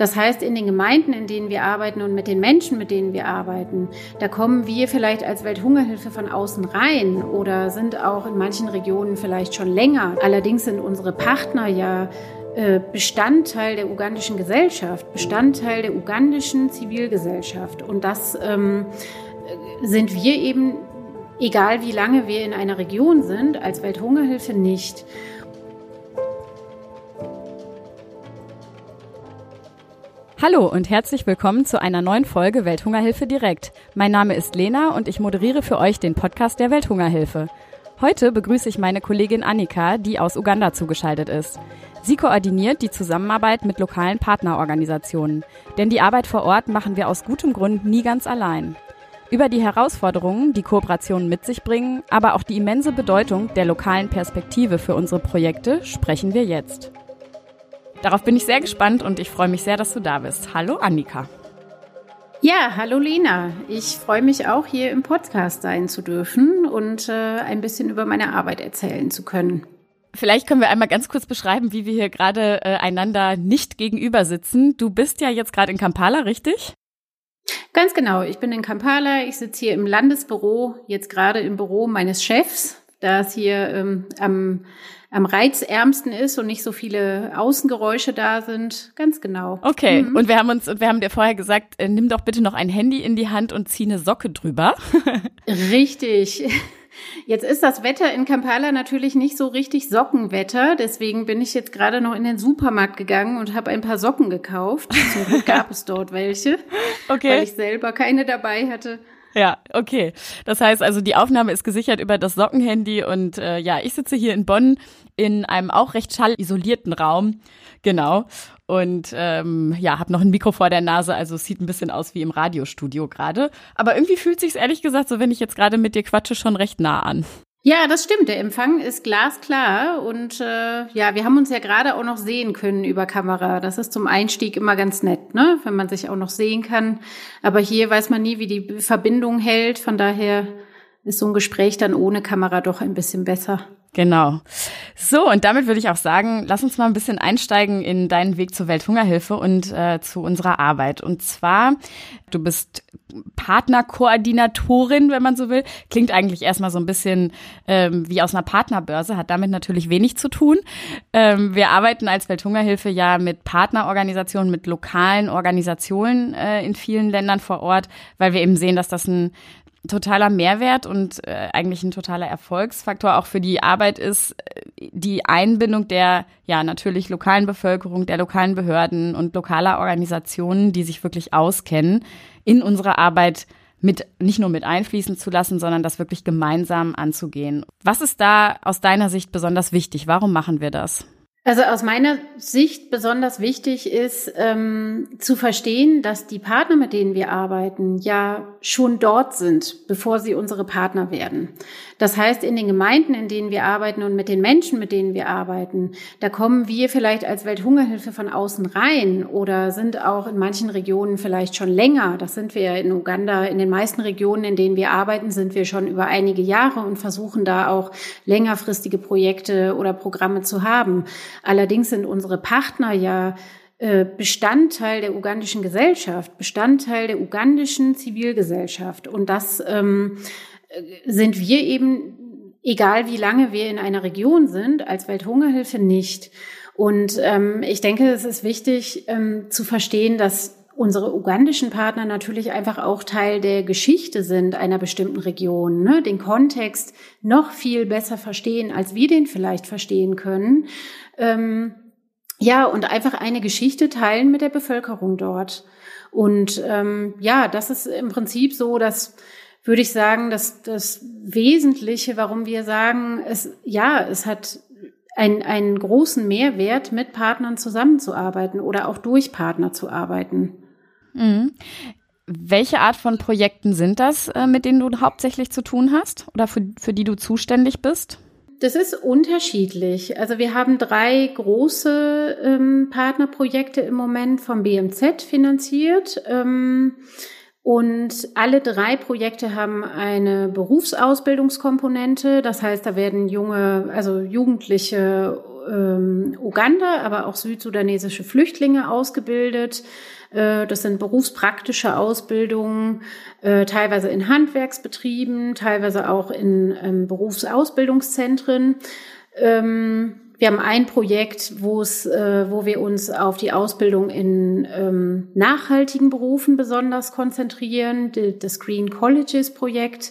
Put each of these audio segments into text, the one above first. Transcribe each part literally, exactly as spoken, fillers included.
Das heißt, in den Gemeinden, in denen wir arbeiten und mit den Menschen, mit denen wir arbeiten, da kommen wir vielleicht als Welthungerhilfe von außen rein oder sind auch in manchen Regionen vielleicht schon länger. Allerdings sind unsere Partner ja Bestandteil der ugandischen Gesellschaft, Bestandteil der ugandischen Zivilgesellschaft. Und das ähm, sind wir eben, egal wie lange wir in einer Region sind, als Welthungerhilfe nicht. Hallo und herzlich willkommen zu einer neuen Folge Welthungerhilfe direkt. Mein Name ist Lena und ich moderiere für euch den Podcast der Welthungerhilfe. Heute begrüße ich meine Kollegin Annika, die aus Uganda zugeschaltet ist. Sie koordiniert die Zusammenarbeit mit lokalen Partnerorganisationen. Denn die Arbeit vor Ort machen wir aus gutem Grund nie ganz allein. Über die Herausforderungen, die Kooperationen mit sich bringen, aber auch die immense Bedeutung der lokalen Perspektive für unsere Projekte sprechen wir jetzt. Darauf bin ich sehr gespannt und ich freue mich sehr, dass du da bist. Hallo Annika. Ja, hallo Lena. Ich freue mich auch, hier im Podcast sein zu dürfen und äh, ein bisschen über meine Arbeit erzählen zu können. Vielleicht können wir einmal ganz kurz beschreiben, wie wir hier gerade äh, einander nicht gegenüber sitzen. Du bist ja jetzt gerade in Kampala, richtig? Ganz genau. Ich bin in Kampala. Ich sitze hier im Landesbüro, jetzt gerade im Büro meines Chefs, da es hier ähm, am, am reizärmsten ist und nicht so viele Außengeräusche da sind. Ganz genau. Okay. Mhm. Und wir haben uns, und wir haben dir vorher gesagt, äh, nimm doch bitte noch ein Handy in die Hand und zieh eine Socke drüber. Richtig. Jetzt ist das Wetter in Kampala natürlich nicht so richtig Sockenwetter, deswegen bin ich jetzt gerade noch in den Supermarkt gegangen und habe ein paar Socken gekauft. Zum Glück gab es dort welche, okay, weil ich selber keine dabei hatte. Ja, okay. Das heißt also, die Aufnahme ist gesichert über das Sockenhandy und äh, ja, ich sitze hier in Bonn in einem auch recht schallisolierten Raum, genau. Und ähm, ja, habe noch ein Mikro vor der Nase, also es sieht ein bisschen aus wie im Radiostudio gerade. Aber irgendwie fühlt sich's ehrlich gesagt, so wenn ich jetzt gerade mit dir quatsche, schon recht nah an. Ja, das stimmt. Der Empfang ist glasklar und äh, ja, wir haben uns ja gerade auch noch sehen können über Kamera. Das ist zum Einstieg immer ganz nett, ne, wenn man sich auch noch sehen kann. Aber hier weiß man nie, wie die Verbindung hält. Von daher ist so ein Gespräch dann ohne Kamera doch ein bisschen besser. Genau. So, und damit würde ich auch sagen, lass uns mal ein bisschen einsteigen in deinen Weg zur Welthungerhilfe und äh, zu unserer Arbeit. Und zwar, du bist Partnerkoordinatorin, wenn man so will. Klingt eigentlich erstmal so ein bisschen ähm, wie aus einer Partnerbörse, hat damit natürlich wenig zu tun. Ähm, wir arbeiten als Welthungerhilfe ja mit Partnerorganisationen, mit lokalen Organisationen äh, in vielen Ländern vor Ort, weil wir eben sehen, dass das ein totaler Mehrwert und äh, eigentlich ein totaler Erfolgsfaktor auch für die Arbeit ist, die Einbindung der ja natürlich lokalen Bevölkerung, der lokalen Behörden und lokaler Organisationen, die sich wirklich auskennen, in unsere Arbeit mit nicht nur mit einfließen zu lassen, sondern das wirklich gemeinsam anzugehen. Was ist da aus deiner Sicht besonders wichtig? Warum machen wir das? Also aus meiner Sicht besonders wichtig ist, ähm, zu verstehen, dass die Partner, mit denen wir arbeiten, ja schon dort sind, bevor sie unsere Partner werden. Das heißt, in den Gemeinden, in denen wir arbeiten und mit den Menschen, mit denen wir arbeiten, da kommen wir vielleicht als Welthungerhilfe von außen rein oder sind auch in manchen Regionen vielleicht schon länger. Das sind wir ja in Uganda. In den meisten Regionen, in denen wir arbeiten, sind wir schon über einige Jahre und versuchen da auch längerfristige Projekte oder Programme zu haben. Allerdings sind unsere Partner ja äh, Bestandteil der ugandischen Gesellschaft, Bestandteil der ugandischen Zivilgesellschaft. Und das ähm, sind wir eben, egal wie lange wir in einer Region sind, als Welthungerhilfe nicht. Und ähm, ich denke, es ist wichtig ähm, zu verstehen, dass unsere ugandischen Partner natürlich einfach auch Teil der Geschichte sind einer bestimmten Region, ne? Den Kontext noch viel besser verstehen, als wir den vielleicht verstehen können. Ähm, ja, und einfach eine Geschichte teilen mit der Bevölkerung dort. Und ähm, ja, das ist im Prinzip so, dass, würde ich sagen, dass das Wesentliche, warum wir sagen, es ja, es hat einen, einen großen Mehrwert, mit Partnern zusammenzuarbeiten oder auch durch Partner zu arbeiten. Mhm. Welche Art von Projekten sind das, mit denen du hauptsächlich zu tun hast oder für, für die du zuständig bist? Das ist unterschiedlich. Also wir haben drei große ähm, Partnerprojekte im Moment vom B M Z finanziert. Ähm, Und alle drei Projekte haben eine Berufsausbildungskomponente. Das heißt, da werden junge, also Jugendliche ähm, Uganda, aber auch südsudanesische Flüchtlinge ausgebildet. Äh, das sind berufspraktische Ausbildungen, äh, teilweise in Handwerksbetrieben, teilweise auch in ähm, Berufsausbildungszentren. Ähm, Wir haben ein Projekt, wo es, äh, wo wir uns auf die Ausbildung in ähm, nachhaltigen Berufen besonders konzentrieren, die, das Green Colleges Projekt.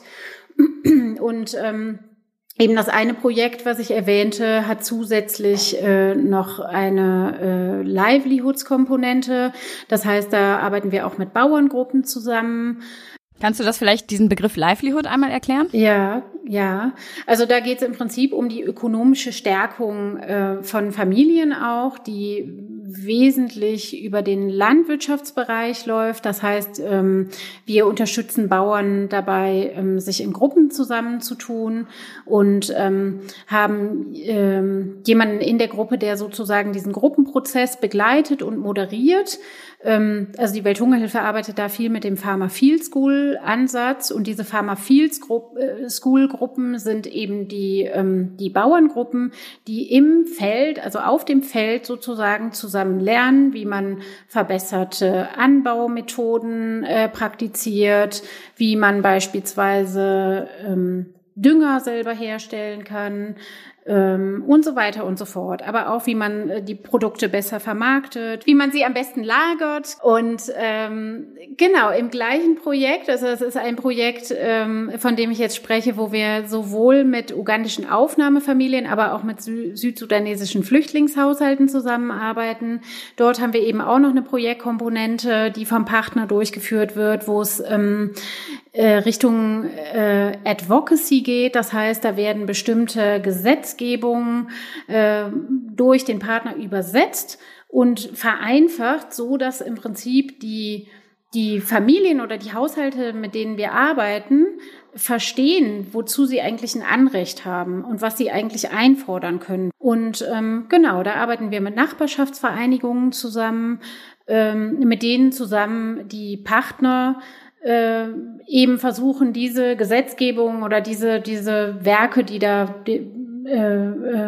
Und ähm, eben das eine Projekt, was ich erwähnte, hat zusätzlich äh, noch eine äh, Livelihoods-Komponente. Das heißt, da arbeiten wir auch mit Bauerngruppen zusammen. Kannst du das vielleicht, diesen Begriff Livelihood einmal erklären? Ja, ja. Also da geht es im Prinzip um die ökonomische Stärkung äh, von Familien auch, die wesentlich über den Landwirtschaftsbereich läuft. Das heißt, ähm, wir unterstützen Bauern dabei, ähm, sich in Gruppen zusammenzutun und ähm, haben ähm, jemanden in der Gruppe, der sozusagen diesen Gruppenprozess begleitet und moderiert. Ähm, also die Welthungerhilfe arbeitet da viel mit dem Farmer Field School Ansatz, und diese Farmer Field School Gruppen sind eben die, ähm, die Bauerngruppen, die im Feld, also auf dem Feld sozusagen zusammen lernen, wie man verbesserte Anbaumethoden äh, praktiziert, wie man beispielsweise ähm, Dünger selber herstellen kann, ähm, und so weiter und so fort. Aber auch, wie man äh, die Produkte besser vermarktet, wie man sie am besten lagert. Und ähm, genau, im gleichen Projekt, also es ist ein Projekt, ähm, von dem ich jetzt spreche, wo wir sowohl mit ugandischen Aufnahmefamilien, aber auch mit sü- südsudanesischen Flüchtlingshaushalten zusammenarbeiten. Dort haben wir eben auch noch eine Projektkomponente, die vom Partner durchgeführt wird, wo es ähm, äh, Richtung äh, Advocacy geht. Das heißt, da werden bestimmte Gesetzgebungen äh, durch den Partner übersetzt und vereinfacht, so dass im Prinzip die die Familien oder die Haushalte, mit denen wir arbeiten, verstehen, wozu sie eigentlich ein Anrecht haben und was sie eigentlich einfordern können. Und ähm, genau, da arbeiten wir mit Nachbarschaftsvereinigungen zusammen, ähm, mit denen zusammen die Partner äh, eben versuchen, diese Gesetzgebung oder diese diese Werke, die da die, äh,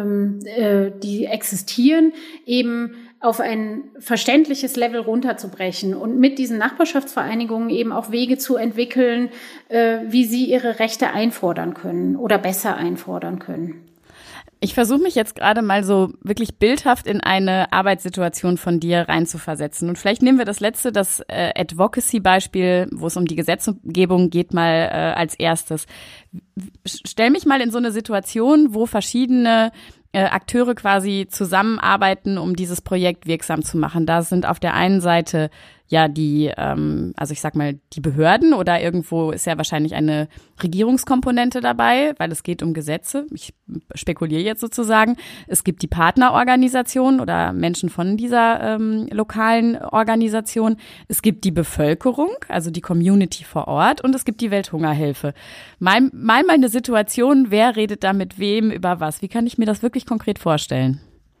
äh, die existieren, eben auf ein verständliches Level runterzubrechen und mit diesen Nachbarschaftsvereinigungen eben auch Wege zu entwickeln, äh, wie sie ihre Rechte einfordern können oder besser einfordern können. Ich versuche mich jetzt gerade mal so wirklich bildhaft in eine Arbeitssituation von dir reinzuversetzen. Und vielleicht nehmen wir das letzte, das äh, Advocacy-Beispiel, wo es um die Gesetzgebung geht, mal äh, als erstes. Stell mich mal in so eine Situation, wo verschiedene äh, Akteure quasi zusammenarbeiten, um dieses Projekt wirksam zu machen. Da sind auf der einen Seite ja die, ähm, also ich sag mal, die Behörden, oder irgendwo ist ja wahrscheinlich eine Regierungskomponente dabei, weil es geht um Gesetze. Ich spekuliere jetzt sozusagen. Es gibt die Partnerorganisationen oder Menschen von dieser ähm, lokalen Organisation. Es gibt die Bevölkerung, also die Community vor Ort, und es gibt die Welthungerhilfe. Mal, mal mal eine Situation, wer redet da mit wem über was? Wie kann ich mir das wirklich konkret vorstellen?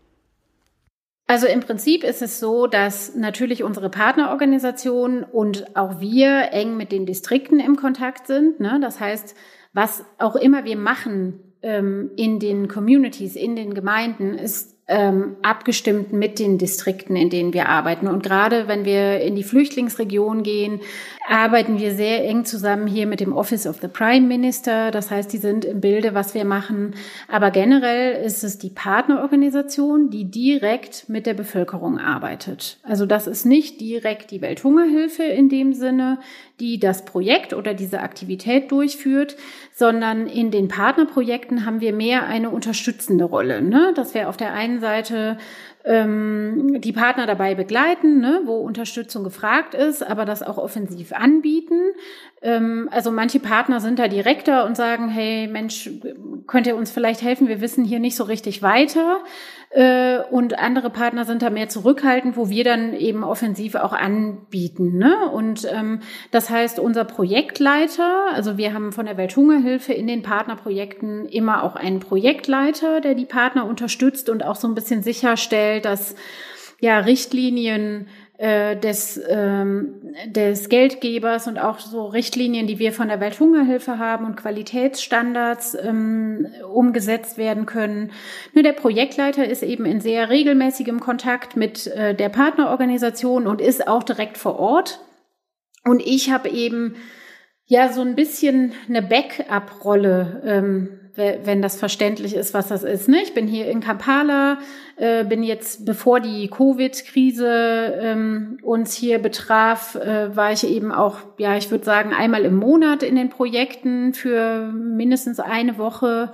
Also im Prinzip ist es so, dass natürlich unsere Partnerorganisation und auch wir eng mit den Distrikten im Kontakt sind, ne? Das heißt, was auch immer wir machen ähm, in den Communities, in den Gemeinden, ist ähm, abgestimmt mit den Distrikten, in denen wir arbeiten. Und gerade wenn wir in die Flüchtlingsregion gehen, arbeiten wir sehr eng zusammen hier mit dem Office of the Prime Minister. Das heißt, die sind im Bilde, was wir machen. Aber generell ist es die Partnerorganisation, die direkt mit der Bevölkerung arbeitet. Also das ist nicht direkt die Welthungerhilfe in dem Sinne, die das Projekt oder diese Aktivität durchführt, sondern in den Partnerprojekten haben wir mehr eine unterstützende Rolle, ne? Dass wir auf der einen Seite ähm, die Partner dabei begleiten, ne, wo Unterstützung gefragt ist, aber das auch offensiv anbieten. Ähm, also manche Partner sind da direkter und sagen, hey Mensch, könnt ihr uns vielleicht helfen? Wir wissen hier nicht so richtig weiter. Äh, und andere Partner sind da mehr zurückhaltend, wo wir dann eben offensiv auch anbieten, ne? Und ähm, das heißt, unser Projektleiter, also wir haben von der Welthungerhilfe in den Partnerprojekten immer auch einen Projektleiter, der die Partner unterstützt und auch so ein bisschen sicherstellt, dass ja Richtlinien äh, des, ähm, des Geldgebers und auch so Richtlinien, die wir von der Welthungerhilfe haben und Qualitätsstandards ähm, umgesetzt werden können. Nur der Projektleiter ist eben in sehr regelmäßigem Kontakt mit äh, der Partnerorganisation und ist auch direkt vor Ort. Und ich habe eben ja so ein bisschen eine Backup-Rolle, ähm, wenn das verständlich ist, was das ist. Ne? Ich bin hier in Kampala, äh, bin jetzt, bevor die Covid-Krise ähm, uns hier betraf, äh, war ich eben auch, ja, ich würde sagen, einmal im Monat in den Projekten für mindestens eine Woche.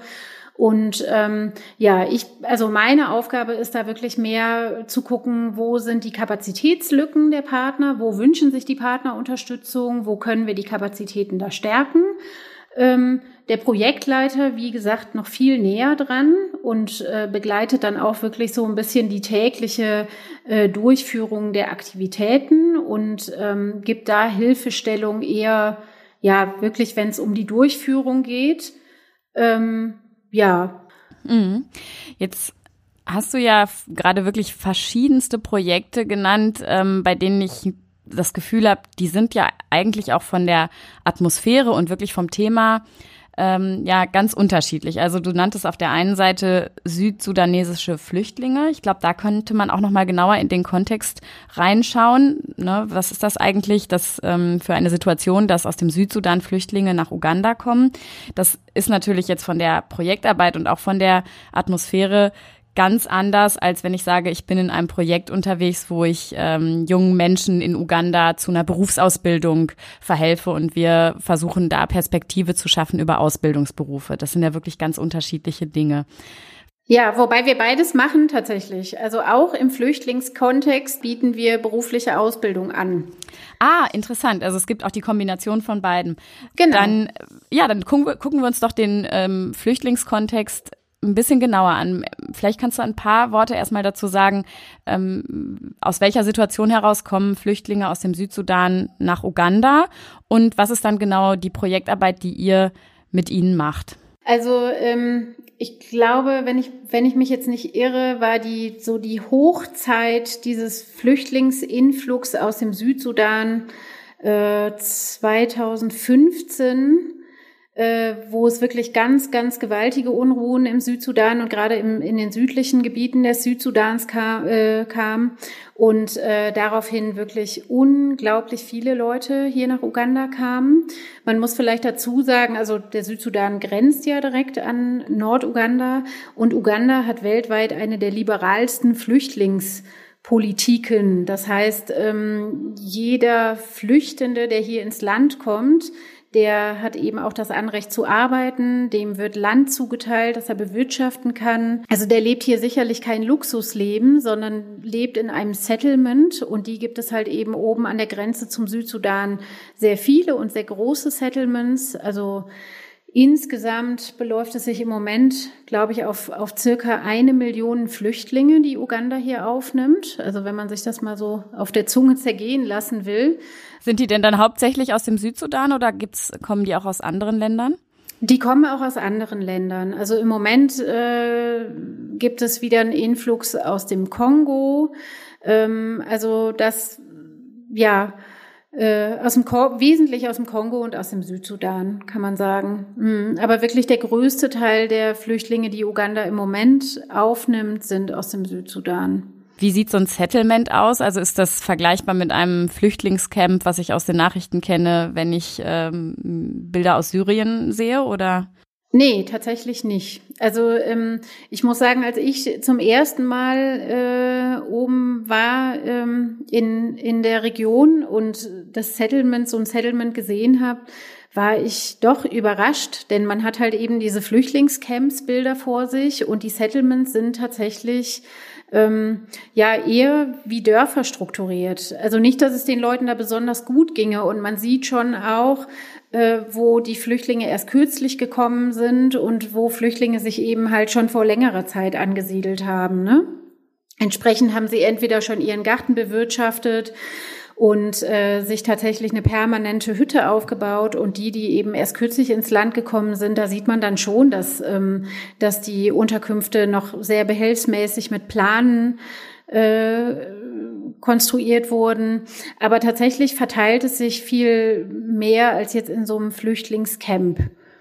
Und ähm, ja, ich, also meine Aufgabe ist da wirklich mehr zu gucken, wo sind die Kapazitätslücken der Partner, wo wünschen sich die Partner Unterstützung, wo können wir die Kapazitäten da stärken. Ähm, der Projektleiter, wie gesagt, noch viel näher dran und äh, begleitet dann auch wirklich so ein bisschen die tägliche äh, Durchführung der Aktivitäten und ähm, gibt da Hilfestellung eher, ja, wirklich, wenn es um die Durchführung geht. Ähm, ja. Mhm. Jetzt hast du ja gerade wirklich verschiedenste Projekte genannt, ähm, bei denen ich das Gefühl habe, die sind ja eigentlich auch von der Atmosphäre und wirklich vom Thema ähm, ja ganz unterschiedlich. Also du nanntest auf der einen Seite südsudanesische Flüchtlinge. Ich glaube, da könnte man auch noch mal genauer in den Kontext reinschauen. Ne? Was ist das eigentlich, das ähm, für eine Situation, dass aus dem Südsudan Flüchtlinge nach Uganda kommen? Das ist natürlich jetzt von der Projektarbeit und auch von der Atmosphäre ganz anders, als wenn ich sage, ich bin in einem Projekt unterwegs, wo ich ähm, jungen Menschen in Uganda zu einer Berufsausbildung verhelfe und wir versuchen da Perspektive zu schaffen über Ausbildungsberufe. Das sind ja wirklich ganz unterschiedliche Dinge. Ja, wobei wir beides machen tatsächlich. Also auch im Flüchtlingskontext bieten wir berufliche Ausbildung an. Ah, interessant. Also es gibt auch die Kombination von beiden. Genau. Dann, ja, dann gucken wir, gucken wir uns doch den ähm, Flüchtlingskontext ein bisschen genauer an. Vielleicht kannst du ein paar Worte erstmal dazu sagen, ähm, aus welcher Situation heraus kommen Flüchtlinge aus dem Südsudan nach Uganda und was ist dann genau die Projektarbeit, die ihr mit ihnen macht? Also ähm, ich glaube, wenn ich wenn ich mich jetzt nicht irre, war die so die Hochzeit dieses Flüchtlingsinflux aus dem Südsudan äh, zweitausendfünfzehn, äh, wo es wirklich ganz, ganz gewaltige Unruhen im Südsudan und gerade im, in den südlichen Gebieten des Südsudans kam, äh, kam und äh, daraufhin wirklich unglaublich viele Leute hier nach Uganda kamen. Man muss vielleicht dazu sagen, also der Südsudan grenzt ja direkt an Norduganda und Uganda hat weltweit eine der liberalsten Flüchtlingspolitiken. Das heißt, ähm, jeder Flüchtende, der hier ins Land kommt, der hat eben auch das Anrecht zu arbeiten, dem wird Land zugeteilt, das er bewirtschaften kann. Also der lebt hier sicherlich kein Luxusleben, sondern lebt in einem Settlement und die gibt es halt eben oben an der Grenze zum Südsudan sehr viele und sehr große Settlements. Also insgesamt beläuft es sich im Moment, glaube ich, auf, auf circa eine Million Flüchtlinge, die Uganda hier aufnimmt. Also wenn man sich das mal so auf der Zunge zergehen lassen will. Sind die denn dann hauptsächlich aus dem Südsudan oder gibt's, kommen die auch aus anderen Ländern? Die kommen auch aus anderen Ländern. Also im Moment äh, gibt es wieder einen Influx aus dem Kongo. Ähm, also das, ja, äh, aus dem Ko- wesentlich aus dem Kongo und aus dem Südsudan, kann man sagen. Mhm. Aber wirklich der größte Teil der Flüchtlinge, die Uganda im Moment aufnimmt, sind aus dem Südsudan. Wie sieht so ein Settlement aus? Also ist das vergleichbar mit einem Flüchtlingscamp, was ich aus den Nachrichten kenne, wenn ich ähm, Bilder aus Syrien sehe, oder? Nee, tatsächlich nicht. Also ähm, ich muss sagen, als ich zum ersten Mal äh, oben war ähm, in in der Region und das Settlement, so ein Settlement gesehen habe, war ich doch überrascht, denn man hat halt eben diese Flüchtlingscamps-Bilder vor sich und die Settlements sind tatsächlich ähm, ja eher wie Dörfer strukturiert. Also nicht, dass es den Leuten da besonders gut ginge und man sieht schon auch, äh, wo die Flüchtlinge erst kürzlich gekommen sind und wo Flüchtlinge sich eben halt schon vor längerer Zeit angesiedelt haben, ne? Entsprechend haben sie entweder schon ihren Garten bewirtschaftet und äh, sich tatsächlich eine permanente Hütte aufgebaut und die, die eben erst kürzlich ins Land gekommen sind, da sieht man dann schon, dass ähm, dass die Unterkünfte noch sehr behelfsmäßig mit Planen äh, konstruiert wurden. Aber tatsächlich verteilt es sich viel mehr als jetzt in so einem Flüchtlingscamp.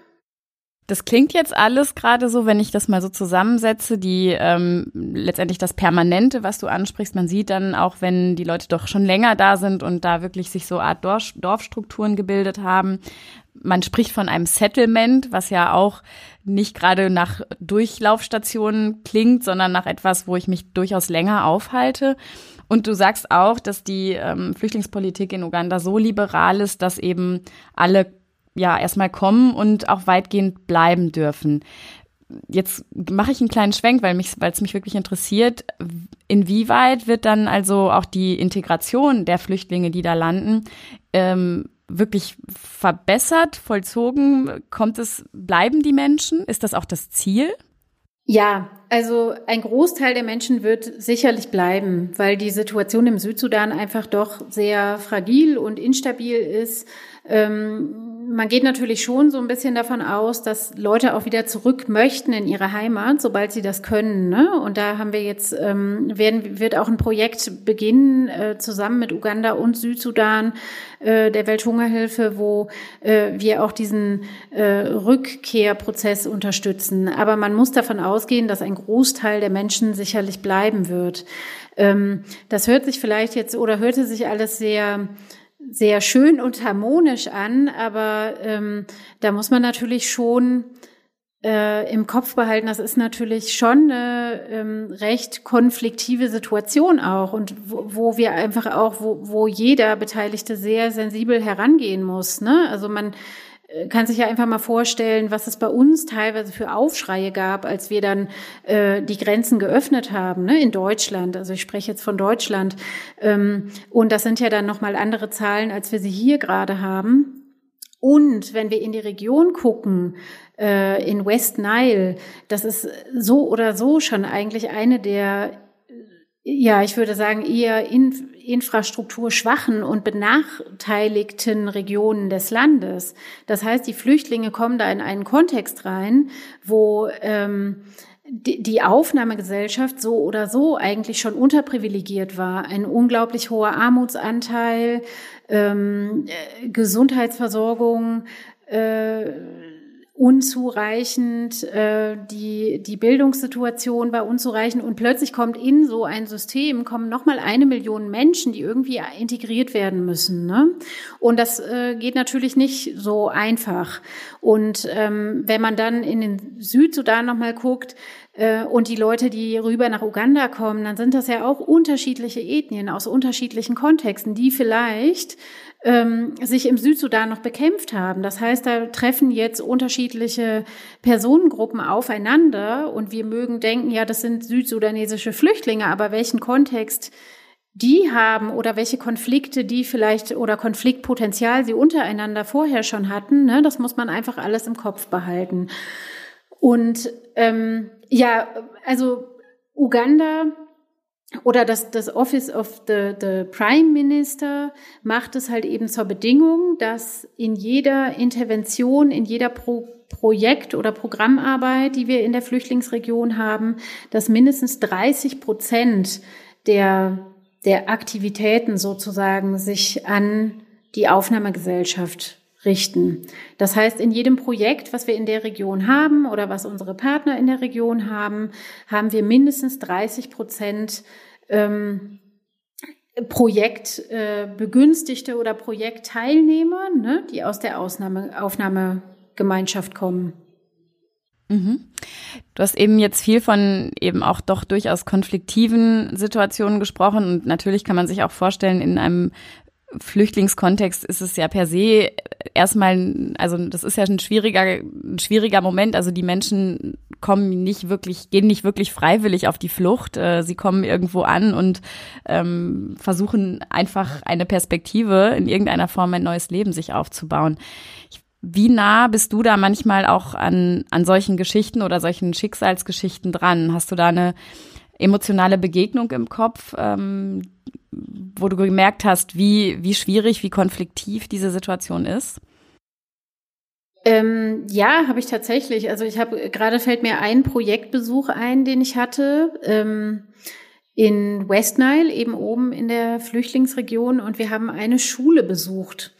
Das klingt jetzt alles gerade so, wenn ich das mal so zusammensetze, die ähm, letztendlich das Permanente, was du ansprichst. Man sieht dann auch, wenn die Leute doch schon länger da sind und da wirklich sich so eine Art Dorf, Dorfstrukturen gebildet haben. Man spricht von einem Settlement, was ja auch nicht gerade nach Durchlaufstationen klingt, sondern nach etwas, wo ich mich durchaus länger aufhalte. Und du sagst auch, dass die ähm, Flüchtlingspolitik in Uganda so liberal ist, dass eben alle ja erstmal kommen und auch weitgehend bleiben dürfen. Jetzt mache ich einen kleinen Schwenk, weil mich, weil es mich wirklich interessiert. Inwieweit wird dann also auch die Integration der Flüchtlinge, die da landen, ähm, wirklich verbessert, vollzogen? Kommt es, bleiben die Menschen? Ist das auch das Ziel? Ja, also ein Großteil der Menschen wird sicherlich bleiben, weil die Situation im Südsudan einfach doch sehr fragil und instabil ist. Ähm, man geht natürlich schon so ein bisschen davon aus, dass Leute auch wieder zurück möchten in ihre Heimat, sobald sie das können, ne? Und da haben wir jetzt, ähm, werden, wird auch ein Projekt beginnen, äh, zusammen mit Uganda und Südsudan, äh, der Welthungerhilfe, wo äh, wir auch diesen äh, Rückkehrprozess unterstützen. Aber man muss davon ausgehen, dass ein Großteil der Menschen sicherlich bleiben wird. Ähm, das hört sich vielleicht jetzt oder hörte sich alles sehr sehr schön und harmonisch an, aber ähm, da muss man natürlich schon äh, im Kopf behalten, das ist natürlich schon eine ähm, recht konfliktive Situation auch und wo, wo wir einfach auch, wo, wo jeder Beteiligte sehr sensibel herangehen muss, ne? Also man kann sich ja einfach mal vorstellen, was es bei uns teilweise für Aufschreie gab, als wir dann äh, die Grenzen geöffnet haben, ne, in Deutschland. Also ich spreche jetzt von Deutschland. Ähm, und das sind ja dann nochmal andere Zahlen, als wir sie hier gerade haben. Und wenn wir in die Region gucken, äh, in West Nile, das ist so oder so schon eigentlich eine der, ja, ich würde sagen, eher in, infrastrukturschwachen und benachteiligten Regionen des Landes. Das heißt, die Flüchtlinge kommen da in einen Kontext rein, wo ähm, die, die Aufnahmegesellschaft so oder so eigentlich schon unterprivilegiert war. Ein unglaublich hoher Armutsanteil, ähm, Gesundheitsversorgung, äh, unzureichend, äh, die die Bildungssituation war unzureichend und plötzlich kommt in so ein System, kommen nochmal eine Million Menschen, die irgendwie integriert werden müssen, ne? Und das äh, geht natürlich nicht so einfach. Und ähm, wenn man dann in den Südsudan nochmal guckt, äh, und die Leute, die rüber nach Uganda kommen, dann sind das ja auch unterschiedliche Ethnien aus unterschiedlichen Kontexten, die vielleicht ähm, sich im Südsudan noch bekämpft haben. Das heißt, da treffen jetzt unterschiedliche Personengruppen aufeinander und wir mögen denken, ja, das sind südsudanesische Flüchtlinge, aber welchen Kontext die haben oder welche Konflikte die vielleicht oder Konfliktpotenzial sie untereinander vorher schon hatten, ne, das muss man einfach alles im Kopf behalten. Und ähm, ja, also Uganda oder das, das Office of the, the Prime Minister macht es halt eben zur Bedingung, dass in jeder Intervention, in jeder Pro Projekt- oder Programmarbeit, die wir in der Flüchtlingsregion haben, dass mindestens dreißig Prozent der, der Aktivitäten sozusagen sich an die Aufnahmegesellschaft richten. Das heißt, in jedem Projekt, was wir in der Region haben oder was unsere Partner in der Region haben, haben wir mindestens dreißig Prozent ähm, Projektbegünstigte äh, oder Projektteilnehmer, ne, die aus der Ausnahme, Aufnahmegemeinschaft kommen. Mhm. Du hast eben jetzt viel von eben auch doch durchaus konfliktiven Situationen gesprochen und natürlich kann man sich auch vorstellen, in einem Flüchtlingskontext ist es ja per se erstmal, also das ist ja ein schwieriger, ein schwieriger Moment. Also die Menschen kommen nicht wirklich, gehen nicht wirklich freiwillig auf die Flucht. Sie kommen irgendwo an und ähm, versuchen einfach eine Perspektive in irgendeiner Form ein neues Leben sich aufzubauen. Wie nah bist du da manchmal auch an, an solchen Geschichten oder solchen Schicksalsgeschichten dran? Hast du da eine emotionale Begegnung im Kopf, ähm, wo du gemerkt hast, wie, wie schwierig, wie konfliktiv diese Situation ist? Ähm, ja, habe ich tatsächlich. Also ich habe, gerade fällt mir ein Projektbesuch ein, den ich hatte. Ähm, in West Nile, eben oben in der Flüchtlingsregion, und wir haben eine Schule besucht.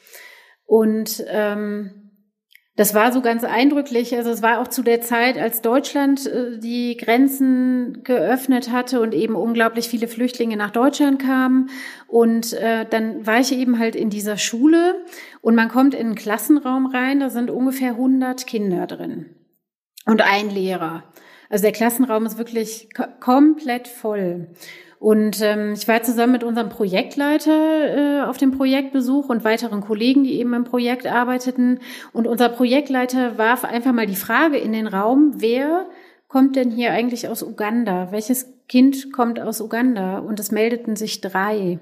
Und ähm, das war so ganz eindrücklich. Also es war auch zu der Zeit, als Deutschland äh, die Grenzen geöffnet hatte und eben unglaublich viele Flüchtlinge nach Deutschland kamen. Und äh, dann war ich eben halt in dieser Schule und man kommt in einen Klassenraum rein, da sind ungefähr hundert Kinder drin und ein Lehrer. Also der Klassenraum ist wirklich ko- komplett voll. Und ähm, ich war zusammen mit unserem Projektleiter äh, auf dem Projektbesuch und weiteren Kollegen, die eben im Projekt arbeiteten. Und unser Projektleiter warf einfach mal die Frage in den Raum, wer kommt denn hier eigentlich aus Uganda? Welches Kind kommt aus Uganda? Und es meldeten sich drei.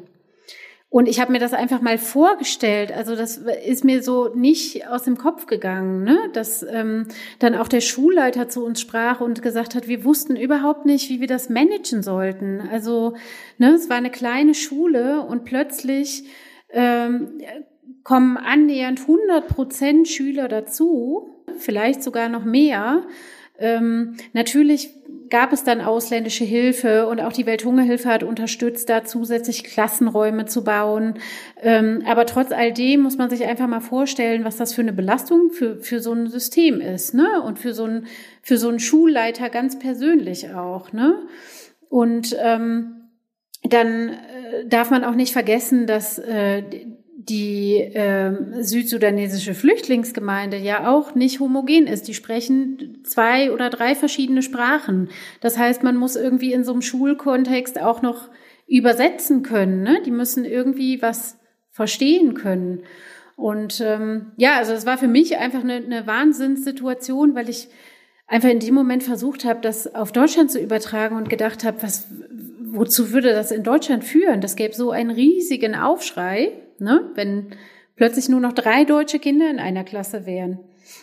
Und ich habe mir das einfach mal vorgestellt, also das ist mir so nicht aus dem Kopf gegangen, ne? Dass ähm, dann auch der Schulleiter zu uns sprach und gesagt hat, wir wussten überhaupt nicht, wie wir das managen sollten. Also ne, es war eine kleine Schule und plötzlich ähm, kommen annähernd hundert Prozent Schüler dazu, vielleicht sogar noch mehr. Ähm, natürlich gab es dann ausländische Hilfe und auch die Welthungerhilfe hat unterstützt, da zusätzlich Klassenräume zu bauen. Ähm, aber trotz all dem muss man sich einfach mal vorstellen, was das für eine Belastung für, für so ein System ist, ne? Und für so ein, für so einen Schulleiter ganz persönlich auch, ne? Und, ähm, dann äh, darf man auch nicht vergessen, dass, äh, die äh, südsudanesische Flüchtlingsgemeinde ja auch nicht homogen ist. Die sprechen zwei oder drei verschiedene Sprachen. Das heißt, man muss irgendwie in so einem Schulkontext auch noch übersetzen können, ne? Die müssen irgendwie was verstehen können. Und ähm, ja, also es war für mich einfach eine, eine Wahnsinnssituation, weil ich einfach in dem Moment versucht habe, das auf Deutschland zu übertragen und gedacht habe, was, wozu würde das in Deutschland führen? Das gäbe so einen riesigen Aufschrei, ne, wenn plötzlich nur noch drei deutsche Kinder in einer Klasse wären.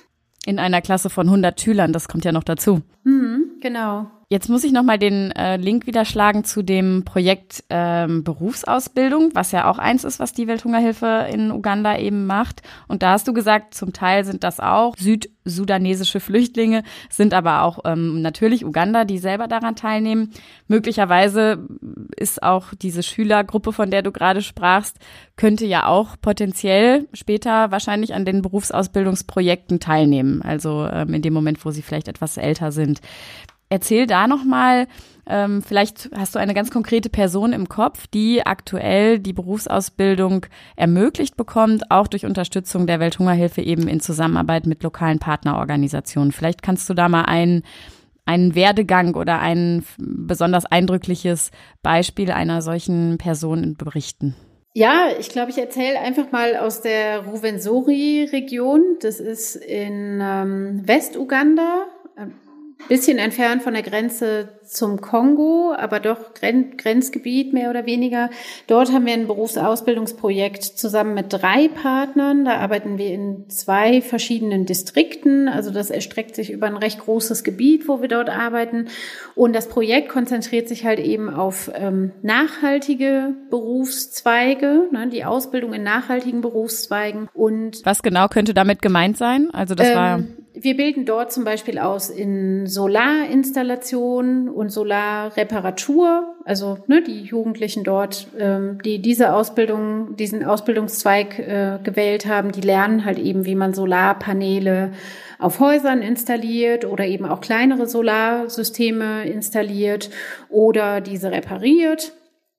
In einer Klasse von hundert Schülern, das kommt ja noch dazu. Mhm, genau. Jetzt muss ich nochmal den äh, Link wieder schlagen zu dem Projekt ähm, Berufsausbildung, was ja auch eins ist, was die Welthungerhilfe in Uganda eben macht. Und da hast du gesagt, zum Teil sind das auch südsudanesische Flüchtlinge, sind aber auch ähm, natürlich Uganda, die selber daran teilnehmen. Möglicherweise ist auch diese Schülergruppe, von der du gerade sprachst, könnte ja auch potenziell später wahrscheinlich an den Berufsausbildungsprojekten teilnehmen. Also ähm, in dem Moment, wo sie vielleicht etwas älter sind. Erzähl da nochmal, ähm, vielleicht hast du eine ganz konkrete Person im Kopf, die aktuell die Berufsausbildung ermöglicht bekommt, auch durch Unterstützung der Welthungerhilfe eben in Zusammenarbeit mit lokalen Partnerorganisationen. Vielleicht kannst du da mal einen, einen Werdegang oder ein besonders eindrückliches Beispiel einer solchen Person berichten. Ja, ich glaube, ich erzähle einfach mal aus der Rwenzori-Region. Das ist in ähm, Westuganda, bisschen entfernt von der Grenze zum Kongo, aber doch Gren- Grenzgebiet mehr oder weniger. Dort haben wir ein Berufsausbildungsprojekt zusammen mit drei Partnern. Da arbeiten wir in zwei verschiedenen Distrikten. Also das erstreckt sich über ein recht großes Gebiet, wo wir dort arbeiten. Und das Projekt konzentriert sich halt eben auf ähm, nachhaltige Berufszweige, ne, die Ausbildung in nachhaltigen Berufszweigen. Und was genau könnte damit gemeint sein? Also das ähm, war wir bilden dort zum Beispiel aus in Solarinstallation und Solarreparatur. Also ne, die Jugendlichen dort, ähm, die diese Ausbildung, diesen Ausbildungszweig äh, gewählt haben, die lernen halt eben, wie man Solarpaneele auf Häusern installiert oder eben auch kleinere Solarsysteme installiert oder diese repariert.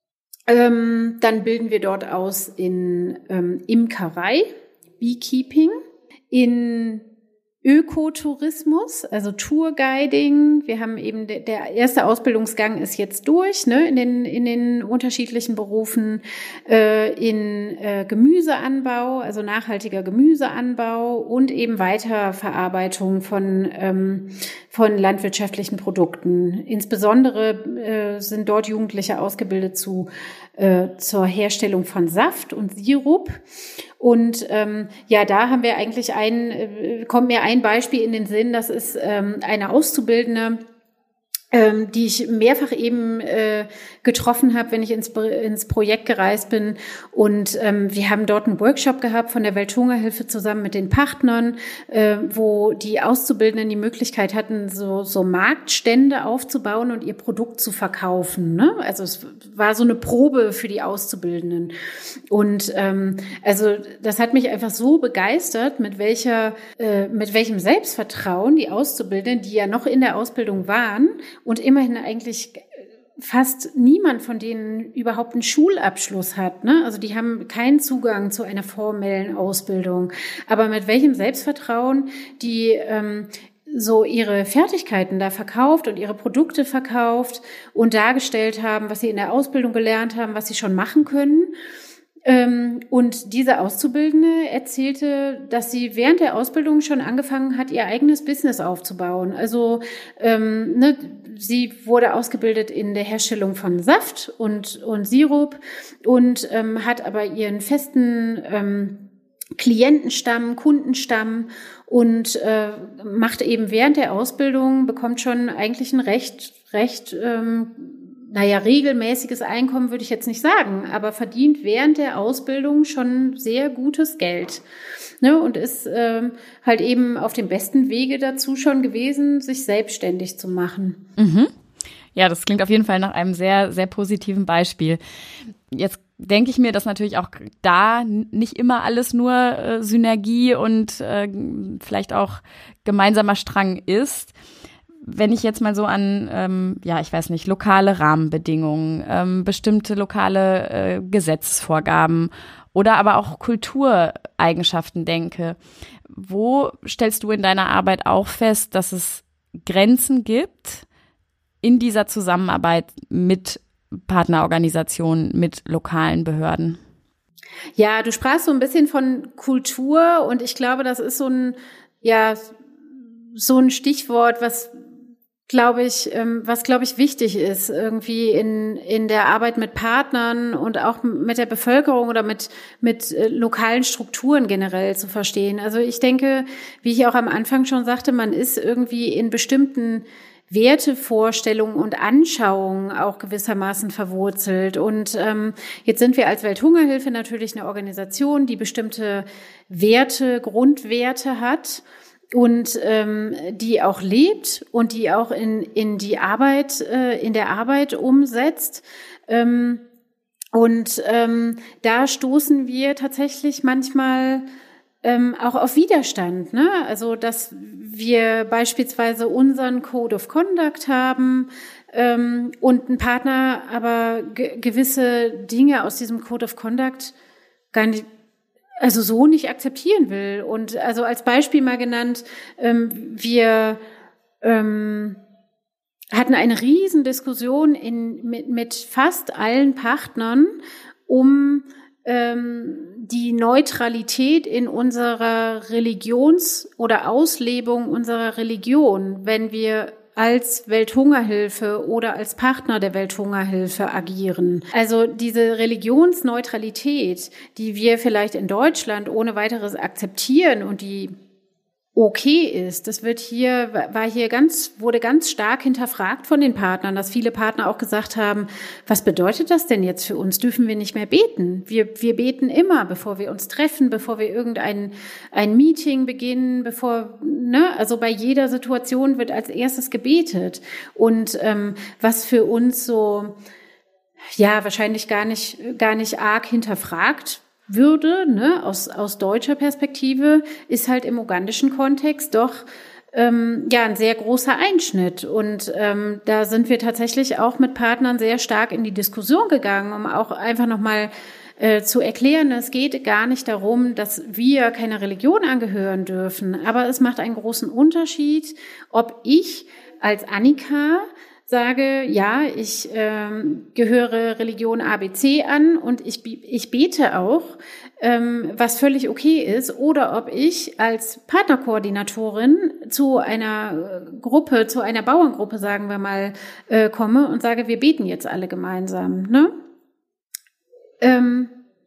Ähm, dann bilden wir dort aus in ähm, Imkerei, Beekeeping, in Ökotourismus, also Tourguiding. Wir haben eben, der, der erste Ausbildungsgang ist jetzt durch, ne, in den, in den unterschiedlichen Berufen, äh, in äh, Gemüseanbau, also nachhaltiger Gemüseanbau und eben Weiterverarbeitung von, ähm, von landwirtschaftlichen Produkten. Insbesondere äh, sind dort Jugendliche ausgebildet zu, äh, zur Herstellung von Saft und Sirup. Und ähm, ja, da haben wir eigentlich ein, äh, kommt mir ein Beispiel in den Sinn, das ist ähm, eine Auszubildende, ähm, die ich mehrfach eben äh, getroffen habe, wenn ich ins, ins Projekt gereist bin. Und ähm, wir haben dort einen Workshop gehabt von der Welthungerhilfe zusammen mit den Partnern, äh, wo die Auszubildenden die Möglichkeit hatten, so, so Marktstände aufzubauen und ihr Produkt zu verkaufen. Ne? Also es war so eine Probe für die Auszubildenden. Und ähm, also das hat mich einfach so begeistert, mit welcher, äh, mit welchem Selbstvertrauen die Auszubildenden, die ja noch in der Ausbildung waren, und immerhin eigentlich fast niemand von denen überhaupt einen Schulabschluss hat, ne? Also die haben keinen Zugang zu einer formellen Ausbildung. Aber mit welchem Selbstvertrauen die ähm, so ihre Fertigkeiten da verkauft und ihre Produkte verkauft und dargestellt haben, was sie in der Ausbildung gelernt haben, was sie schon machen können. Und diese Auszubildende erzählte, dass sie während der Ausbildung schon angefangen hat, ihr eigenes Business aufzubauen. Also ähm, ne, sie wurde ausgebildet in der Herstellung von Saft und, und Sirup und ähm, hat aber ihren festen ähm, Klientenstamm, Kundenstamm und äh, macht eben während der Ausbildung, bekommt schon eigentlich ein recht, recht ähm, naja, regelmäßiges Einkommen würde ich jetzt nicht sagen, aber verdient während der Ausbildung schon sehr gutes Geld. Ne, und ist ähm, halt eben auf dem besten Wege dazu schon gewesen, sich selbstständig zu machen. Mhm. Ja, das klingt auf jeden Fall nach einem sehr, sehr positiven Beispiel. Jetzt denke ich mir, dass natürlich auch da nicht immer alles nur äh, Synergie und äh, vielleicht auch gemeinsamer Strang ist. Wenn ich jetzt mal so an, ähm, ja, ich weiß nicht, lokale Rahmenbedingungen, ähm, bestimmte lokale äh, Gesetzesvorgaben oder aber auch Kultureigenschaften denke, wo stellst du in deiner Arbeit auch fest, dass es Grenzen gibt in dieser Zusammenarbeit mit Partnerorganisationen, mit lokalen Behörden? Ja, du sprachst so ein bisschen von Kultur und ich glaube, das ist so ein, ja, so ein Stichwort, was glaube ich, was glaube ich wichtig ist, irgendwie in in der Arbeit mit Partnern und auch mit der Bevölkerung oder mit mit lokalen Strukturen generell zu verstehen. Also ich denke, wie ich auch am Anfang schon sagte, man ist irgendwie in bestimmten Wertevorstellungen und Anschauungen auch gewissermaßen verwurzelt. Und ähm, jetzt sind wir als Welthungerhilfe natürlich eine Organisation, die bestimmte Werte, Grundwerte hat und ähm, die auch lebt und die auch in in die Arbeit äh, in der Arbeit umsetzt. Ähm, und ähm, da stoßen wir tatsächlich manchmal ähm, auch auf Widerstand, ne? Also dass wir beispielsweise unseren Code of Conduct haben ähm, und ein Partner aber ge- gewisse Dinge aus diesem Code of Conduct gar nicht also so nicht akzeptieren will. Und also als Beispiel mal genannt, ähm, wir ähm, hatten eine Riesendiskussion in, mit, mit fast allen Partnern um ähm, die Neutralität in unserer Religions- oder Auslebung unserer Religion, wenn wir als Welthungerhilfe oder als Partner der Welthungerhilfe agieren. Also diese Religionsneutralität, die wir vielleicht in Deutschland ohne weiteres akzeptieren und die okay ist, das wird hier, war hier ganz, wurde ganz stark hinterfragt von den Partnern, dass viele Partner auch gesagt haben, was bedeutet das denn jetzt für uns? Dürfen wir nicht mehr beten? Wir, wir beten immer, bevor wir uns treffen, bevor wir irgendein, ein Meeting beginnen, bevor, ne, also bei jeder Situation wird als erstes gebetet. Und, ähm, was für uns so, ja, wahrscheinlich gar nicht, gar nicht arg hinterfragt würde, ne, aus, aus deutscher Perspektive, ist halt im ugandischen Kontext doch ähm, ja ein sehr großer Einschnitt. Und ähm, da sind wir tatsächlich auch mit Partnern sehr stark in die Diskussion gegangen, um auch einfach nochmal äh, zu erklären, es geht gar nicht darum, dass wir keiner Religion angehören dürfen, aber es macht einen großen Unterschied, ob ich als Annika sage, ja, ich ähm, gehöre Religion A B C an und ich, ich bete auch, ähm, was völlig okay ist, oder ob ich als Partnerkoordinatorin zu einer Gruppe, zu einer Bauerngruppe, sagen wir mal, äh, komme und sage, wir beten jetzt alle gemeinsam, ne? Ähm,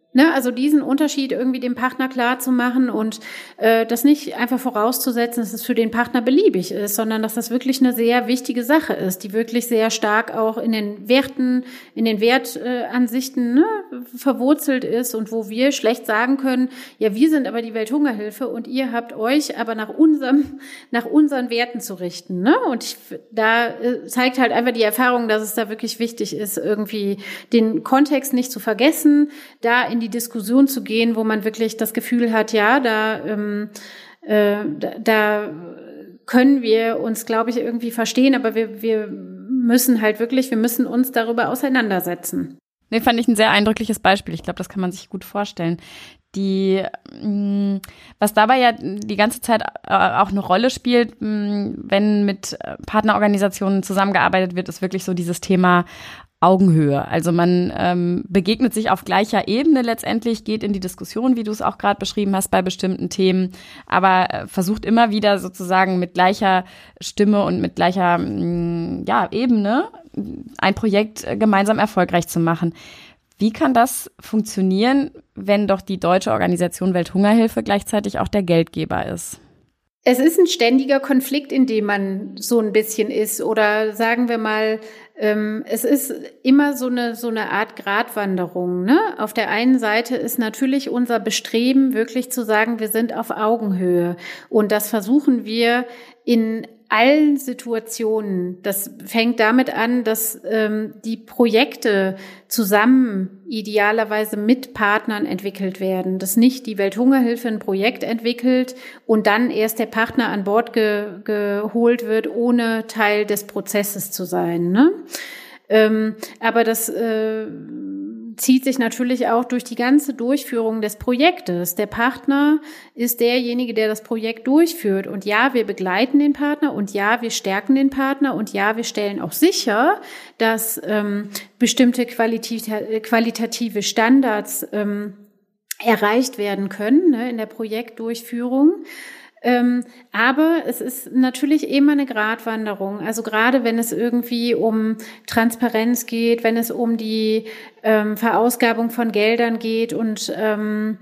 Ne, also diesen Unterschied irgendwie dem Partner klar zu machen und äh, das nicht einfach vorauszusetzen, dass es für den Partner beliebig ist, sondern dass das wirklich eine sehr wichtige Sache ist, die wirklich sehr stark auch in den Werten, in den Wertansichten äh, ne, verwurzelt ist und wo wir schlecht sagen können, ja, wir sind aber die Welthungerhilfe und ihr habt euch aber nach unserem, nach unseren Werten zu richten. Ne? Und ich, da äh, zeigt halt einfach die Erfahrung, dass es da wirklich wichtig ist, irgendwie den Kontext nicht zu vergessen, da in die Diskussion zu gehen, wo man wirklich das Gefühl hat, ja, da, ähm, äh, da, da können wir uns, glaube ich, irgendwie verstehen, aber wir, wir müssen halt wirklich, wir müssen uns darüber auseinandersetzen. Nee, fand ich ein sehr eindrückliches Beispiel. Ich glaube, das kann man sich gut vorstellen. Die, mh, was dabei ja die ganze Zeit auch eine Rolle spielt, mh, wenn mit Partnerorganisationen zusammengearbeitet wird, ist wirklich so dieses Thema Augenhöhe. Also man ähm, begegnet sich auf gleicher Ebene letztendlich, geht in die Diskussion, wie du es auch gerade beschrieben hast, bei bestimmten Themen, aber äh, versucht immer wieder sozusagen mit gleicher Stimme und mit gleicher mh, ja, Ebene ein Projekt äh, gemeinsam erfolgreich zu machen. Wie kann das funktionieren, wenn doch die deutsche Organisation Welthungerhilfe gleichzeitig auch der Geldgeber ist? Es ist ein ständiger Konflikt, in dem man so ein bisschen ist. Oder sagen wir mal, ähm, es ist immer so eine, so eine Art Gratwanderung, ne? Auf der einen Seite ist natürlich unser Bestreben, wirklich zu sagen, wir sind auf Augenhöhe. Und das versuchen wir in allen Situationen. Das fängt damit an, dass ähm, die Projekte zusammen idealerweise mit Partnern entwickelt werden. Dass nicht die Welthungerhilfe ein Projekt entwickelt und dann erst der Partner an Bord ge- geholt wird, ohne Teil des Prozesses zu sein. Ne? Ähm, aber das äh, zieht sich natürlich auch durch die ganze Durchführung des Projektes. Der Partner ist derjenige, der das Projekt durchführt. Und ja, wir begleiten den Partner und ja, wir stärken den Partner und ja, wir stellen auch sicher, dass ähm, bestimmte qualitative, qualitative Standards ähm, erreicht werden können, ne, in der Projektdurchführung. Ähm, aber es ist natürlich immer eine Gratwanderung. Also gerade wenn es irgendwie um Transparenz geht, wenn es um die ähm, Verausgabung von Geldern geht und ähm,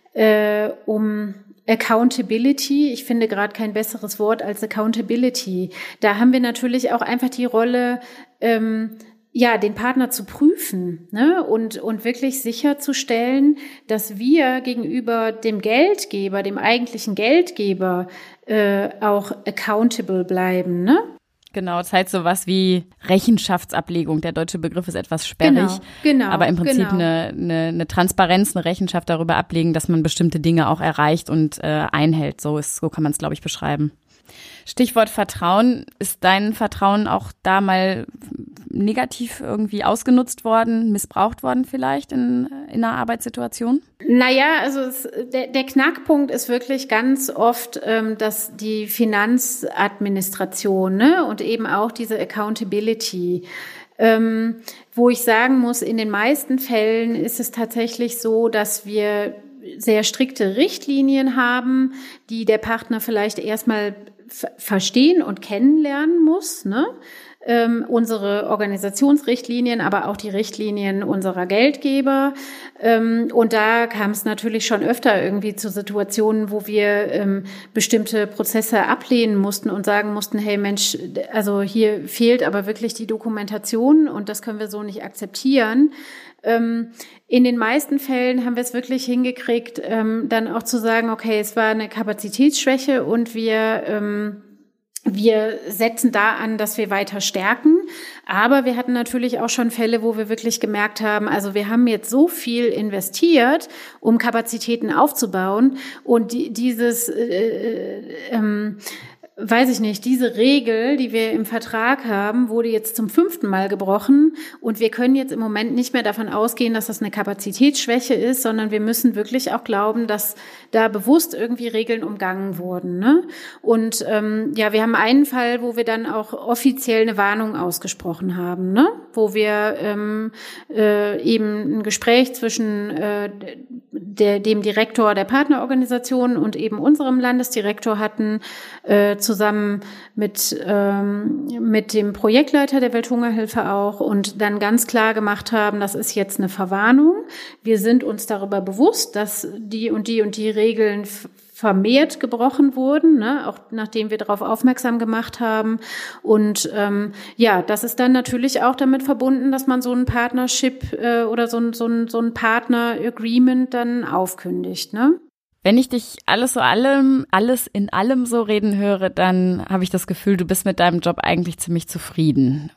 äh, um Accountability. Ich finde gerade kein besseres Wort als Accountability. Da haben wir natürlich auch einfach die Rolle, ähm, ja, den Partner zu prüfen, ne, und, und wirklich sicherzustellen, dass wir gegenüber dem Geldgeber, dem eigentlichen Geldgeber, äh, auch accountable bleiben, ne? Genau, es heißt sowas wie Rechenschaftsablegung. Der deutsche Begriff ist etwas sperrig, genau, genau, aber im Prinzip genau. eine, eine, eine Transparenz, eine Rechenschaft darüber ablegen, dass man bestimmte Dinge auch erreicht und äh, einhält. So ist, so kann man es, glaube ich, beschreiben. Stichwort Vertrauen. Ist dein Vertrauen auch da mal negativ irgendwie ausgenutzt worden, missbraucht worden vielleicht in, in einer Arbeitssituation? Naja, also es, der, der Knackpunkt ist wirklich ganz oft, ähm, dass die Finanzadministration, ne, und eben auch diese Accountability, ähm, wo ich sagen muss, in den meisten Fällen ist es tatsächlich so, dass wir sehr strikte Richtlinien haben, die der Partner vielleicht erstmal f- verstehen und kennenlernen muss, ne? Ähm, unsere Organisationsrichtlinien, aber auch die Richtlinien unserer Geldgeber. Ähm, und da kam es natürlich schon öfter irgendwie zu Situationen, wo wir ähm, bestimmte Prozesse ablehnen mussten und sagen mussten, hey Mensch, also hier fehlt aber wirklich die Dokumentation und das können wir so nicht akzeptieren. Ähm, in den meisten Fällen haben wir es wirklich hingekriegt, ähm, dann auch zu sagen, okay, es war eine Kapazitätsschwäche und wir ähm, wir setzen da an, dass wir weiter stärken. Aber wir hatten natürlich auch schon Fälle, wo wir wirklich gemerkt haben, also wir haben jetzt so viel investiert, um Kapazitäten aufzubauen. Und die, dieses, äh, ähm, weiß ich nicht, diese Regel, die wir im Vertrag haben, wurde jetzt zum fünften Mal gebrochen. Und wir können jetzt im Moment nicht mehr davon ausgehen, dass das eine Kapazitätsschwäche ist, sondern wir müssen wirklich auch glauben, dass da bewusst irgendwie Regeln umgangen wurden, ne? Und ähm, ja, wir haben einen Fall, wo wir dann auch offiziell eine Warnung ausgesprochen haben, ne? Wo wir ähm, äh, eben ein Gespräch zwischen äh, der, dem Direktor der Partnerorganisation und eben unserem Landesdirektor hatten, äh, zusammen mit, ähm, mit dem Projektleiter der Welthungerhilfe auch, und dann ganz klar gemacht haben, das ist jetzt eine Verwarnung. Wir sind uns darüber bewusst, dass die und die und die Regeln f- vermehrt gebrochen wurden, ne, auch nachdem wir darauf aufmerksam gemacht haben. Und ähm, ja, das ist dann natürlich auch damit verbunden, dass man so ein Partnership äh, oder so ein, so ein, so ein Partner-Agreement dann aufkündigt, ne? Wenn ich dich alles so allem, alles in allem so reden höre, dann habe ich das Gefühl, du bist mit deinem Job eigentlich ziemlich zufrieden.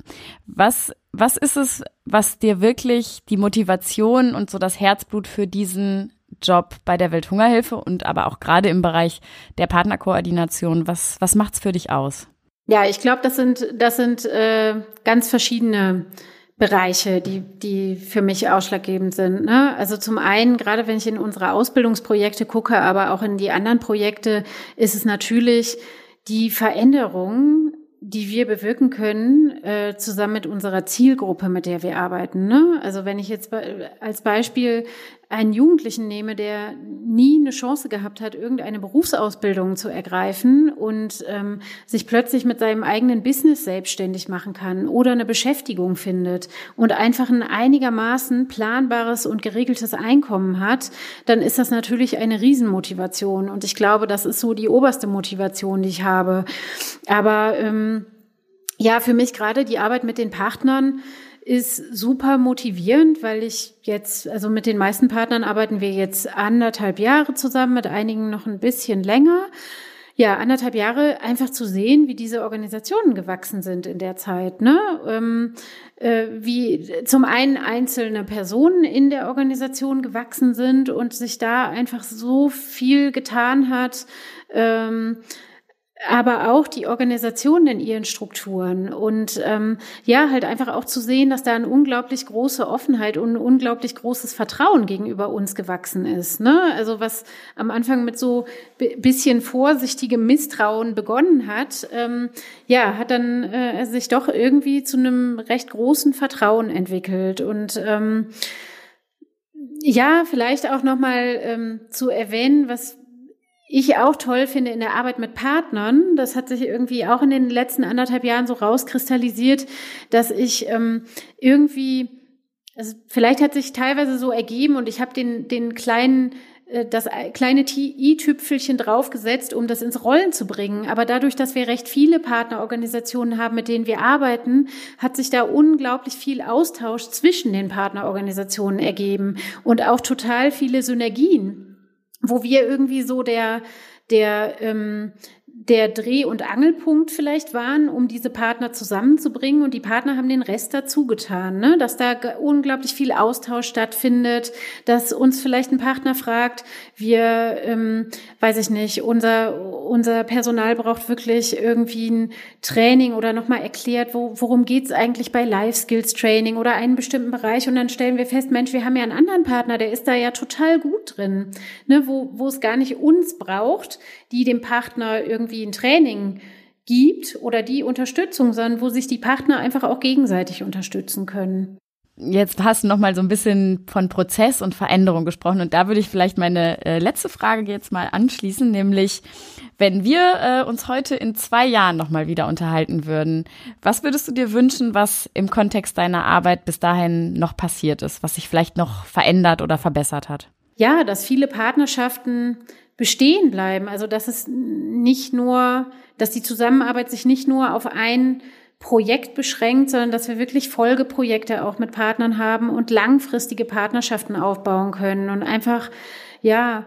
Was, was ist es, was dir wirklich die Motivation und so das Herzblut für diesen Job bei der Welthungerhilfe und aber auch gerade im Bereich der Partnerkoordination, was, was macht's für dich aus? Ja, ich glaube, das sind, das sind äh, ganz verschiedene Bereiche, die, die für mich ausschlaggebend sind, ne? Also zum einen, gerade wenn ich in unsere Ausbildungsprojekte gucke, aber auch in die anderen Projekte, ist es natürlich die Veränderung, die wir bewirken können, äh, zusammen mit unserer Zielgruppe, mit der wir arbeiten, ne? Also wenn ich jetzt be- als Beispiel einen Jugendlichen nehme, der nie eine Chance gehabt hat, irgendeine Berufsausbildung zu ergreifen und ähm, sich plötzlich mit seinem eigenen Business selbstständig machen kann oder eine Beschäftigung findet und einfach ein einigermaßen planbares und geregeltes Einkommen hat, dann ist das natürlich eine Riesenmotivation. Und ich glaube, das ist so die oberste Motivation, die ich habe. Aber ähm, ja, für mich gerade die Arbeit mit den Partnern ist super motivierend, weil ich jetzt, also mit den meisten Partnern arbeiten wir jetzt anderthalb Jahre zusammen, mit einigen noch ein bisschen länger. Ja, anderthalb Jahre einfach zu sehen, wie diese Organisationen gewachsen sind in der Zeit, ne? Ähm, äh, wie zum einen einzelne Personen in der Organisation gewachsen sind und sich da einfach so viel getan hat, ähm, aber auch die Organisation in ihren Strukturen und ähm, ja, halt einfach auch zu sehen, dass da eine unglaublich große Offenheit und ein unglaublich großes Vertrauen gegenüber uns gewachsen ist, ne? Also was am Anfang mit so b- bisschen vorsichtigem Misstrauen begonnen hat, ähm, ja, hat dann äh, sich doch irgendwie zu einem recht großen Vertrauen entwickelt und ähm, ja, vielleicht auch nochmal ähm, zu erwähnen, was ich auch toll finde in der Arbeit mit Partnern. Das hat sich irgendwie auch in den letzten anderthalb Jahren so rauskristallisiert, dass ich ähm, irgendwie, also vielleicht hat sich teilweise so ergeben und ich habe den den kleinen äh, das kleine i-Tüpfelchen draufgesetzt, um das ins Rollen zu bringen. Aber dadurch, dass wir recht viele Partnerorganisationen haben, mit denen wir arbeiten, hat sich da unglaublich viel Austausch zwischen den Partnerorganisationen ergeben und auch total viele Synergien, wo wir irgendwie so der der ähm, der Dreh- und Angelpunkt vielleicht waren, um diese Partner zusammenzubringen. Und die Partner haben den Rest dazu getan, ne? Dass da unglaublich viel Austausch stattfindet, dass uns vielleicht ein Partner fragt, wir, ähm, weiß ich nicht, unser unser Personal braucht wirklich irgendwie ein Training oder nochmal erklärt, wo, worum geht's eigentlich bei Life Skills Training oder einen bestimmten Bereich. Und dann stellen wir fest, Mensch, wir haben ja einen anderen Partner, der ist da ja total gut drin, ne? Wo, wo es gar nicht uns braucht, die dem Partner irgendwie ein Training gibt oder die Unterstützung, sondern wo sich die Partner einfach auch gegenseitig unterstützen können. Jetzt hast du noch mal so ein bisschen von Prozess und Veränderung gesprochen und da würde ich vielleicht meine äh, letzte Frage jetzt mal anschließen, nämlich wenn wir äh, uns heute in zwei Jahren noch mal wieder unterhalten würden, was würdest du dir wünschen, was im Kontext deiner Arbeit bis dahin noch passiert ist, was sich vielleicht noch verändert oder verbessert hat? Ja, dass viele Partnerschaften bestehen bleiben, also dass es nicht nur, dass die Zusammenarbeit sich nicht nur auf ein Projekt beschränkt, sondern dass wir wirklich Folgeprojekte auch mit Partnern haben und langfristige Partnerschaften aufbauen können und einfach, ja,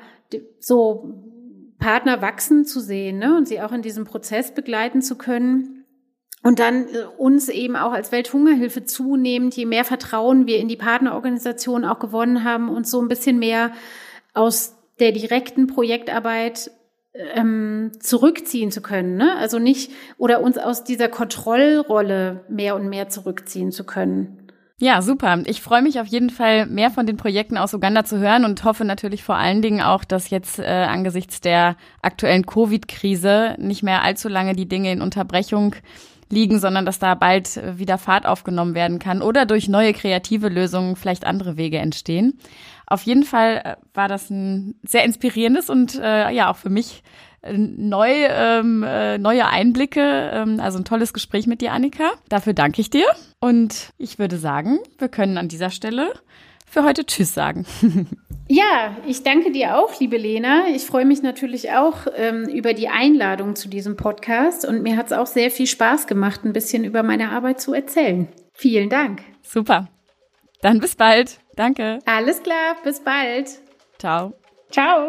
so Partner wachsen zu sehen, ne, und sie auch in diesem Prozess begleiten zu können. Und dann uns eben auch als Welthungerhilfe zunehmend, je mehr Vertrauen wir in die Partnerorganisation auch gewonnen haben, uns so ein bisschen mehr aus der direkten Projektarbeit ähm, zurückziehen zu können, ne? Also nicht, oder uns aus dieser Kontrollrolle mehr und mehr zurückziehen zu können. Ja, super. Ich freue mich auf jeden Fall, mehr von den Projekten aus Uganda zu hören und hoffe natürlich vor allen Dingen auch, dass jetzt äh, angesichts der aktuellen Covid-Krise nicht mehr allzu lange die Dinge in Unterbrechung liegen, sondern dass da bald wieder Fahrt aufgenommen werden kann oder durch neue kreative Lösungen vielleicht andere Wege entstehen. Auf jeden Fall war das ein sehr inspirierendes und äh, ja auch für mich neu, ähm, äh, neue Einblicke, ähm, also ein tolles Gespräch mit dir, Annika. Dafür danke ich dir und ich würde sagen, wir können an dieser Stelle für heute Tschüss sagen. Ja, ich danke dir auch, liebe Lena. Ich freue mich natürlich auch ähm, über die Einladung zu diesem Podcast und mir hat es auch sehr viel Spaß gemacht, ein bisschen über meine Arbeit zu erzählen. Vielen Dank. Super. Dann bis bald. Danke. Alles klar, bis bald. Ciao. Ciao.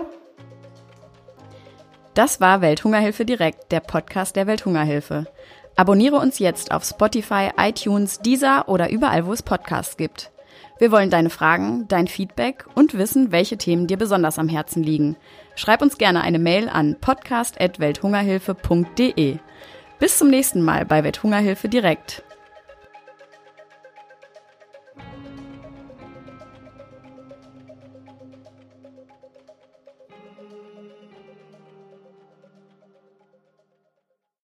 Das war Welthungerhilfe direkt, der Podcast der Welthungerhilfe. Abonniere uns jetzt auf Spotify, iTunes, Deezer oder überall, wo es Podcasts gibt. Wir wollen deine Fragen, dein Feedback und wissen, welche Themen dir besonders am Herzen liegen. Schreib uns gerne eine Mail an podcast at welthungerhilfe punkt de. Bis zum nächsten Mal bei Welthungerhilfe direkt.